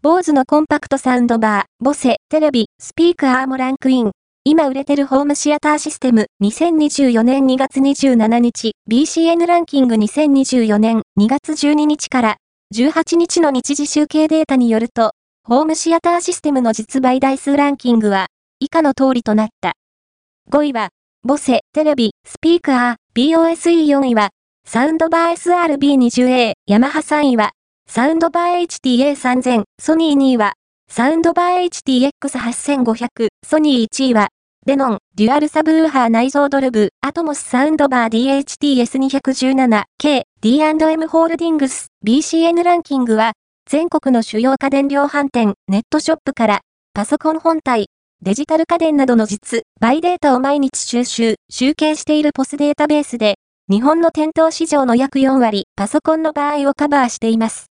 坊主のコンパクトサウンドバー、ボセ、テレビ、スピーカーもランクイン。今売れてるホームシアターシステム、2024年2月27日、BCN ランキング2024年2月12日から18日の日時集計データによると、ホームシアターシステムの実売台数ランキングは、以下の通りとなった。5位は、ボセ、テレビ、スピーカー、BOSE4 位は、サウンドバー SRB20A、ヤマハ3位は、サウンドバー HTA3000、ソニー2位は、サウンドバー HTX8500、ソニー1位は、デノン、デュアルサブウーハー内蔵ドルブ、アトモスサウンドバー DHTS217、K、D&M ホールディングス、BCN ランキングは、全国の主要家電量販店、ネットショップから、パソコン本体、デジタル家電などの実、売データを毎日集計しているポスデータベースで、日本の店頭市場の約4割、パソコンの場合をカバーしています。